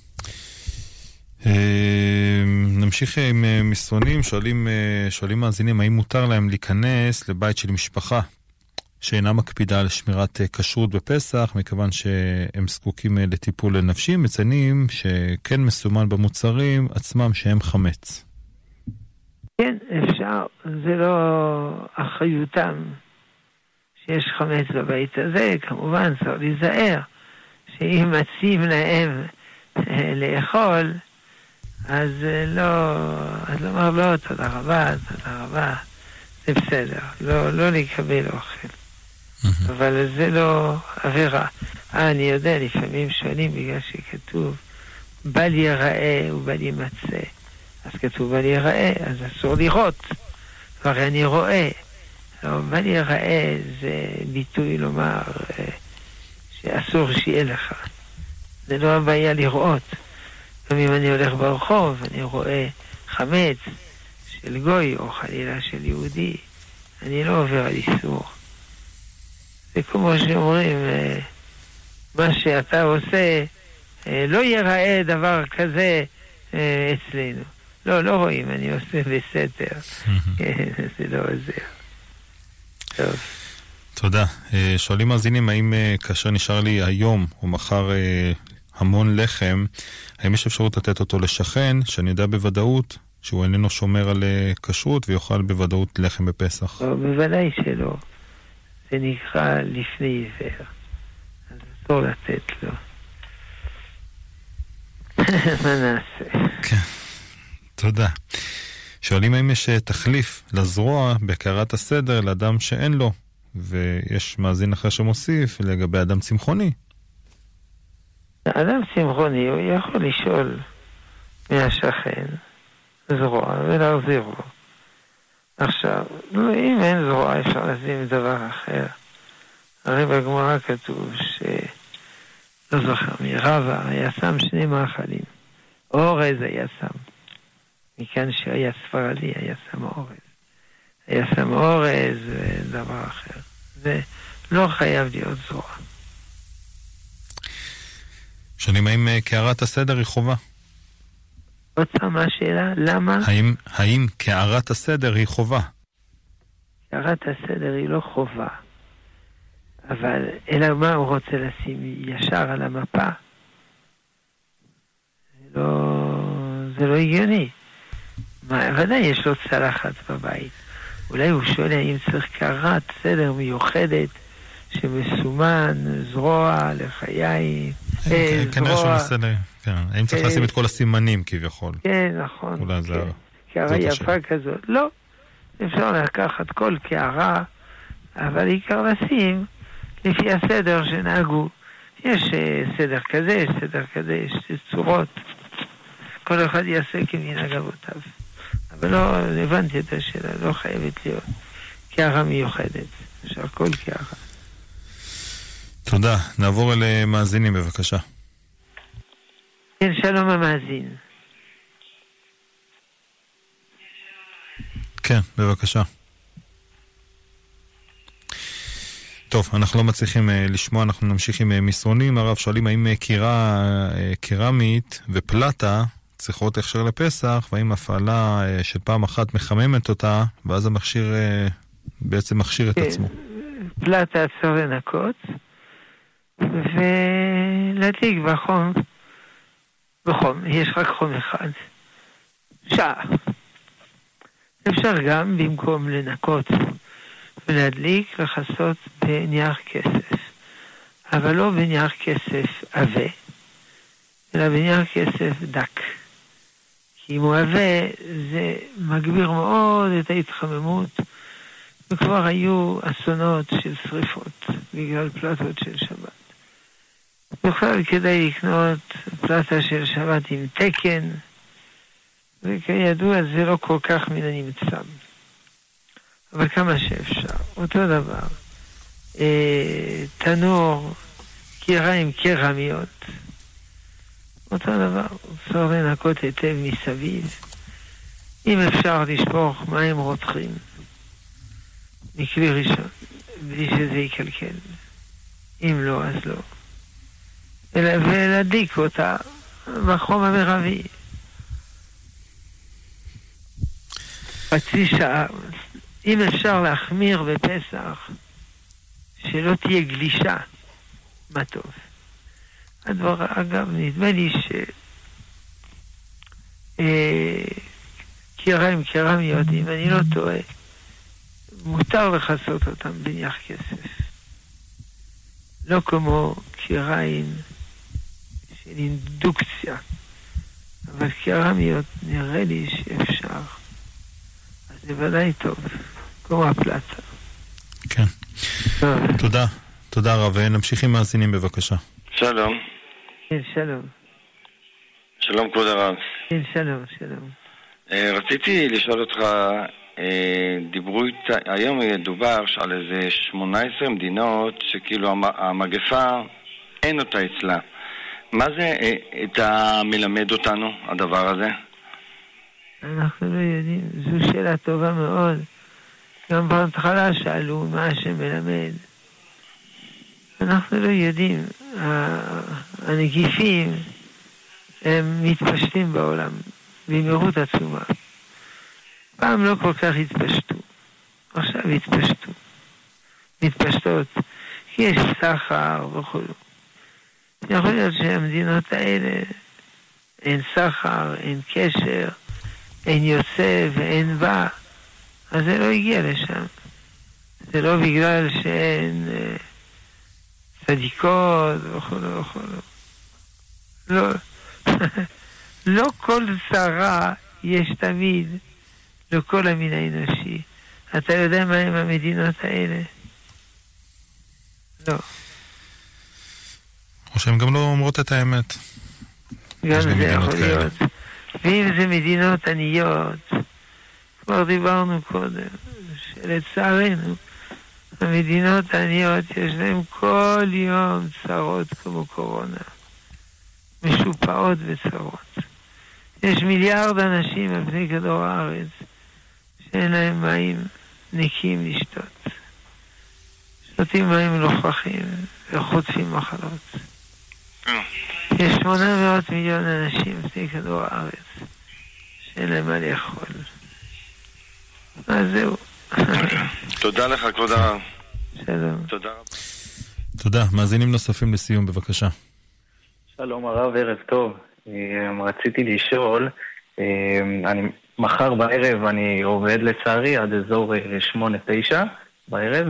נמשיך עם מסרונים. שואלים מאזינים, האם מותר להם להיכנס לבית של משפחה שאינה מקפידה על שמירת כשרות בפסח, מכיוון שהם זקוקים לטיפול נפשי? מציינים שכן מסומן במוצרים עצמם שהם חמץ. כן, אפשר. זה לא אחריותם שיש חמץ בבית הזה. כמובן צריך להיזהר שאם מציעים להם לאכול, אז לומר לא, תודה רבה, זה בסדר, לא לקבל אוכל. אבל זה לא עבירה. אני יודע, לפעמים שואלים בגלל שכתוב בל ייראה ובל יימצא. אז כתוב בל ייראה, אז אסור לראות. כבר אני רואה. בל ייראה זה ביטוי לומר שאסור שיהיה לך. זה לא הבעיה לראות. גם אם אני הולך ברחוב, אני רואה חמץ של גוי או חלילה של יהודי, אני לא עובר על איסור. זה כמו שאומרים, מה שאתה עושה, לא ייראה דבר כזה אצלנו. לא רואים, אני עושה בסתר. זה לא עוזר. טוב. תודה. שואלים מאזינים, האם כאשר נשאר לי היום או מחר המון לחם, האם יש אפשרות לתת אותו לשכן, שאני יודע בוודאות שהוא איננו שומר על כשרות ויוכל בוודאות לחם בפסח? לא, בוודאי שלא. זה נקרא לפני עיוור. אז אסור לתת לו. מה נעשה? כן, תודה. שואלים האם יש תחליף לזרוע בקערת הסדר לאדם שאין לו, ויש מאזין אחר שמוסיף לגבי אדם צמחוני. אדם צמחוני הוא יכול לשאול מהשכן זרוע ולהחזיר לו. עכשיו, אם אין זרוע אפשר לשים דבר אחר. הרי בגמרא כתוב לא זוכר מרבא היה שם 2 מאכלים. אורז היה שם. מכאן שהיה ספרדי היה שם אורז. היה שם אורז ודבר אחר. זה לא חייב להיות זרוע. שואלים האם קערת הסדר היא חובה? עוד פעם השאלה, למה? האם קערת הסדר היא חובה? קערת הסדר היא לא חובה. אבל אלא מה הוא רוצה לשים ישר על המפה? זה לא הגיוני. ודאי יש לו צלחת בבית. אולי הוא שואל האם צריך קערת סדר מיוחדת שמסומן זרוע לחיים. כנראה שהוא מסדר. כן, האם צריך לשים את כל הסימנים כביכול? כן, נכון. אולי זה... קערה יפה כזאת. לא, אפשר לקחת כל קערה, אבל עיקר לשים לפי הסדר שנהגו. יש סדר כזה, יש סדר כזה, יש צורות. כל אחד יעשה כמנהג אבותיו. אבל לא הבנתי את השאלה, לא חייבת להיות קערה מיוחדת. אפשר כל קערה. תודה. נעבור אל מאזינים בבקשה. כן, שלום המאזין. כן, בבקשה. טוב, אנחנו לא מצליחים לשמוע, אנחנו נמשיך עם מסרונים. הרב שואלים האם קירה קרמית ופלטה צריכות הכשר לפסח, והאם הפעלה של פעם אחת מחממת אותה, ואז המכשיר בעצם מכשיר את עצמו. פלטה צריך לנקות, ולהדליק בחום, יש רק חום אחד, שעה. אפשר גם במקום לנקות ולהדליק, לחסות בנייר כסף, אבל לא בנייר כסף עבה, אלא בנייר כסף דק. כי אם הוא עבה, זה מגביר מאוד את ההתחממות, וכבר היו אסונות של שריפות בגלל פלטות של שבת. בכלל כדאי לקנות פלטה של שבת עם תקן, וכידוע זה לא כל כך מן הנמצא. אבל כמה שאפשר. אותו דבר. תנור, קיריים קרמיות. אותו דבר. צריך לנקות היטב מסביב. אם אפשר לשפוך מים רותחים מכלי ראשון, בלי שזה יקלקל. אם לא, אז לא. ולהדליק אותה בחום המרבי. חצי שעה. אם אפשר להחמיר בפסח, שלא תהיה גלישה, מה טוב. הדבר, אגב, נדמה לי קיריים קרמיות, אם אני לא טועה, מותר לחסות אותם בנייר כסף. לא כמו קיריים של אינדוקציה, אבל קרמיות נראה לי שאפשר. אז זה ודאי טוב, כמו הפלטה. כן. תודה. תודה רב. נמשיך עם מאזינים בבקשה. שלום. כן, שלום. שלום כבוד הרב. כן, שלום, שלום. רציתי לשאול אותך, היום דובר על איזה 18 מדינות שכאילו המגפה אין אותה אצלה. מה זה אתה מלמד אותנו, הדבר הזה? אנחנו לא יודעים, זו שאלה טובה מאוד. גם בהתחלה שאלו מה שמלמד. אנחנו לא יודעים. הנגיפים הם מתפשטים בעולם במהירות עצומה. פעם לא כל כך התפשטו. עכשיו מתפשטות. כי יש סחר וכו'. יכול להיות שהמדינות האלה אין סחר, אין קשר, אין יוצא ואין בא. אז זה לא הגיע לשם. זה לא בגלל שאין צדיקות וכו' וכו'. לא. לא כל צרה יש תמיד לכל המין האנושי. אתה יודע מה הם המדינות האלה? לא. או שהן גם לא אומרות את האמת. גם זה יכול להיות. ואם זה מדינות עניות, כבר דיברנו קודם, שלצערנו, המדינות העניות יש להן כל יום צרות כמו קורונה. משופעות וצרות. יש מיליארד אנשים על פני כדור הארץ שאין להם מים נקיים לשתות. שותים מים נוכחים וחוטפים מחלות. יש 800 מיליון אנשים על פני כדור הארץ שאין להם מה לאכול. אז זהו. תודה לך כבוד הרב. שלום. תודה רבה. תודה. מאזינים נוספים לסיום בבקשה. שלום הרב, ערב טוב. רציתי לשאול, מחר בערב אני עובד לצערי עד אזור 8-9 בערב,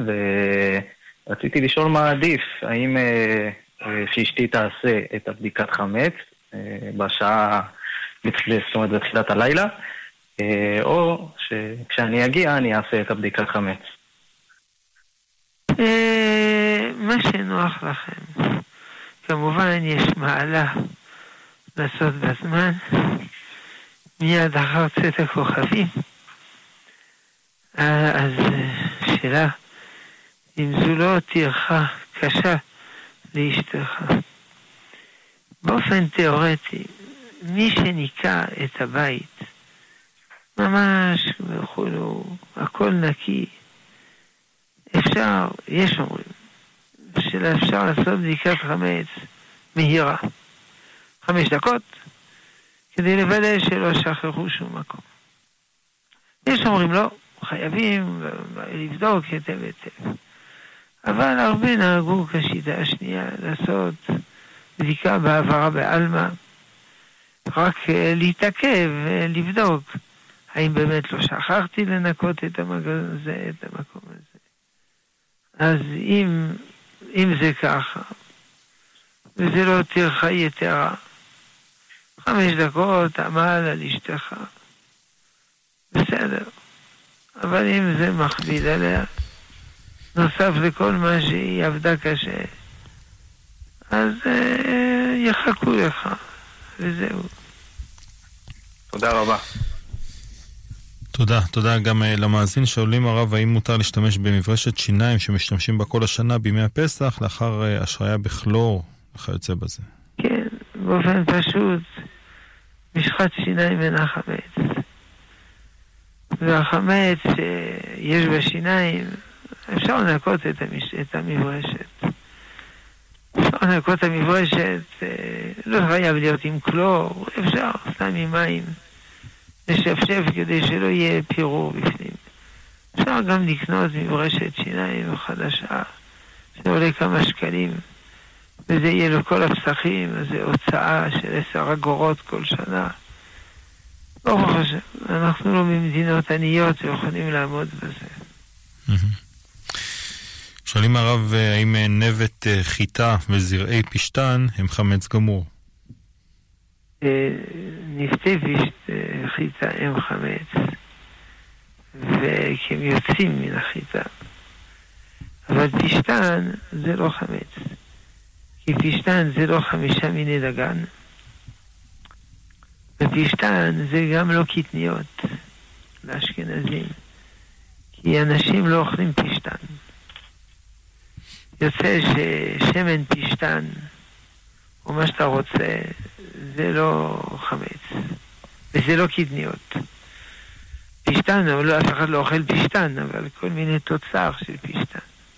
ורציתי לשאול מה עדיף, האם שאשתי תעשה את הבדיקת חמץ בשעה, זאת אומרת, בתחילת הלילה, או שכשאני אגיע אני אעשה את הבדיקת חמץ. מה שנוח לכם. כמובן יש מעלה לעשות בזמן, מיד אחר צאת הכוכבים. אז שאלה, אם זו לא טרחה קשה לאשתך. באופן תיאורטי, מי שניקה את הבית, ממש הכל נקי, אפשר, יש אומרים, שאפשר לעשות בדיקת חמץ מהירה. 5 דקות, כדי לוודא שלא שכחו שום מקום. יש אומרים לא, חייבים לבדוק היטב היטב. אבל הרבה נהגו כשיטה השנייה לעשות בדיקה בעברה בעלמא, רק להתעכב ולבדוק האם באמת לא שכחתי לנקות את המקום הזה. אז אם זה ככה, וזה לא טרחה יתרה, 5 דקות עמל על אשתך, בסדר. אבל אם זה מכביד עליה, נוסף לכל מה שהיא עבדה קשה, אז יחכו לך, וזהו. תודה רבה. תודה גם למאזין שואלים הרב, האם מותר להשתמש במברשת שיניים שמשתמשים בה כל השנה בימי הפסח, לאחר השריה בכלור, וכיוצא בזה? כן, באופן פשוט, משחת שיניים אינה חמץ. והחמץ שיש בשיניים, אפשר לנקות את המברשת. אפשר לנקות את המברשת, לא חייב להיות עם קלור, אפשר, סתם עם מים. לשפשף כדי שלא יהיה פירור בפנים. אפשר גם לקנות מברשת שיניים חדשה, שעולה כמה שקלים, וזה יהיה לו כל הפסחים, אז זה הוצאה של 10 אגורות כל שנה. ברוך השם, אנחנו לא במדינות עניות ויכולים לעמוד בזה. שואלים הרב, האם נבט חיטה וזרעי פשטן הם חמץ גמור? נבטי חיטה הם חמץ, וכי הם יוצאים מן החיטה. אבל פשטן זה לא חמץ. כי פשטן זה לא 5 מיני דגן. ופשטן זה גם לא קטניות לאשכנזים. כי אנשים לא אוכלים פשטן. יוצא ששמן פשטן, או מה שאתה רוצה, זה לא חמץ. וזה לא קטניות. פשטן, אבל לא, אף אחד לא אוכל פשטן, אבל כל מיני תוצר של פשטן.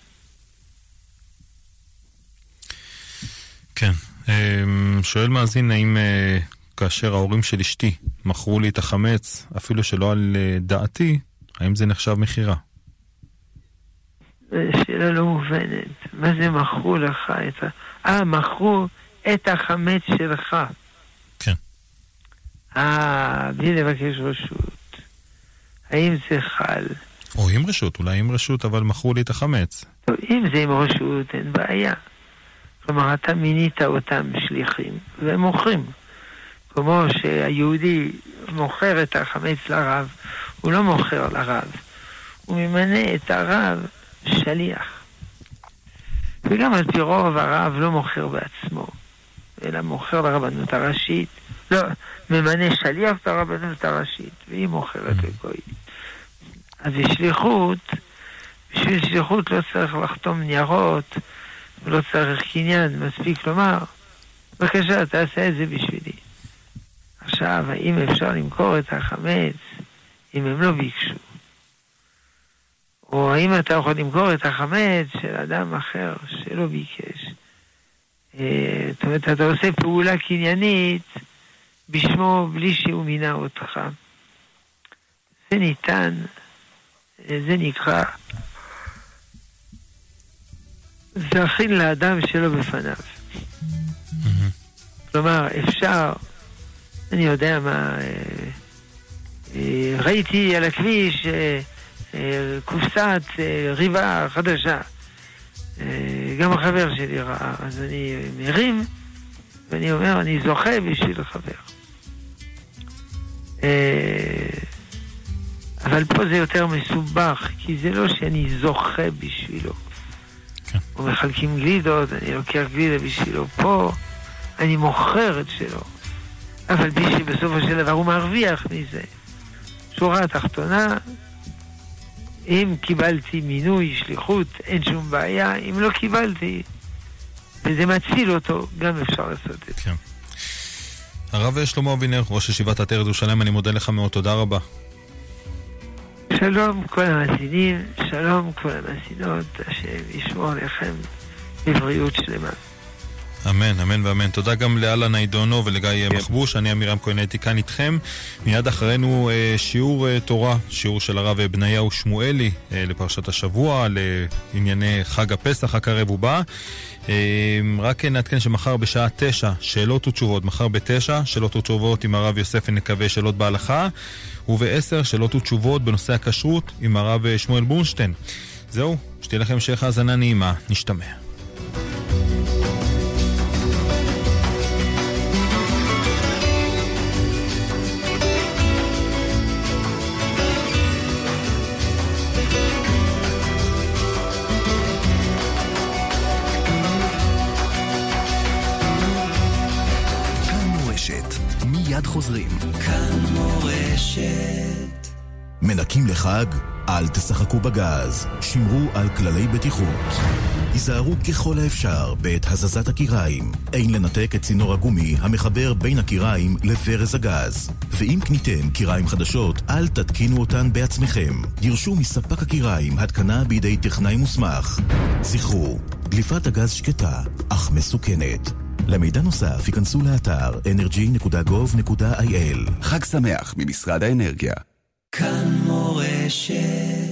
כן. שואל מאזין, האם כאשר ההורים של אשתי מכרו לי את החמץ, אפילו שלא על דעתי, האם זה נחשב מחירה? שאלה לא מובנת. מה זה מכרו לך את מכרו את החמץ שלך. כן. בלי לבקש רשות. האם זה חל? או עם רשות, אולי עם רשות, אבל מכרו לי את החמץ. טוב, אם זה עם רשות, אין בעיה. כלומר, אתה מינית אותם שליחים, והם מוכרים. כמו שהיהודי מוכר את החמץ לרב, הוא לא מוכר לרב. הוא ממנה את הרב שליח. וגם על פי רוב הרב לא מוכר בעצמו, אלא מוכר לרבנות הראשית. לא, ממנה שליח ברבנות הראשית, והיא מוכרת לגוי. אז בשליחות, בשביל שליחות לא צריך לחתום ניירות, ולא צריך קניין, מספיק לומר, בבקשה, תעשה את זה בשבילי. עכשיו, האם אפשר למכור את החמץ אם הם לא ביקשו? או האם אתה יכול למכור את החמץ של אדם אחר שלא ביקש? זאת אומרת, אתה עושה פעולה קניינית בשמו בלי שהוא מינה אותך. זה ניתן, זה נקרא זכין לאדם שלא בפניו. כלומר, אפשר, אני יודע מה, ראיתי על הכביש קופסת ריבה חדשה, גם החבר שלי ראה, אז אני מרים ואני אומר, אני זוכה בשביל חבר. אבל פה זה יותר מסובך, כי זה לא שאני זוכה בשבילו. כן. או מחלקים גלידות, אני לוקח גלידה בשבילו. פה אני מוכר את שלו. אבל בשביל בסופו של דבר הוא מרוויח מזה. שורה התחתונה, אם קיבלתי מינוי, שליחות, אין שום בעיה. אם לא קיבלתי, וזה מציל אותו, גם אפשר לעשות את זה. כן. הרב שלמה אבינר, ראש ישיבת עטרת ירושלים, אני מודה לך מאוד, תודה רבה. שלום כל המאזינים, שלום כל המאזינות, השם ישמור עליכם בבריאות שלמה. אמן, אמן ואמן. תודה גם לאללה ניידונו ולגיא מחבוש. אני אמירם כהן, הייתי כאן איתכם. מיד אחרינו שיעור תורה, שיעור של הרב בניהו שמואלי לפרשת השבוע, לענייני חג הפסח הקרב ובא. רק נעדכן שמחר בשעה 9 שאלות ותשובות, מחר ב9 שאלות ותשובות עם הרב יוסף נקווה שאלות בהלכה, וב10 שאלות ותשובות בנושא הכשרות עם הרב שמואל בורנשטיין. זהו, שתהיה לכם המשך האזנה נעימה, נשתמע. מיד חוזרים. כאן מורשת. מנקים לחג? אל תשחקו בגז. שמרו על כללי בטיחות. היזהרו ככל האפשר בעת הזזת הקיריים. אין לנתק את צינור הגומי המחבר בין הקיריים לברז הגז. ואם קניתם קיריים חדשות, אל תתקינו אותן בעצמכם. דרשו מספק הקיריים התקנה בידי טכנאי מוסמך. זכרו, דליפת הגז שקטה, אך מסוכנת. למידע נוסף ייכנסו לאתר energy.gov.il. חג שמח ממשרד האנרגיה. כאן מורשת.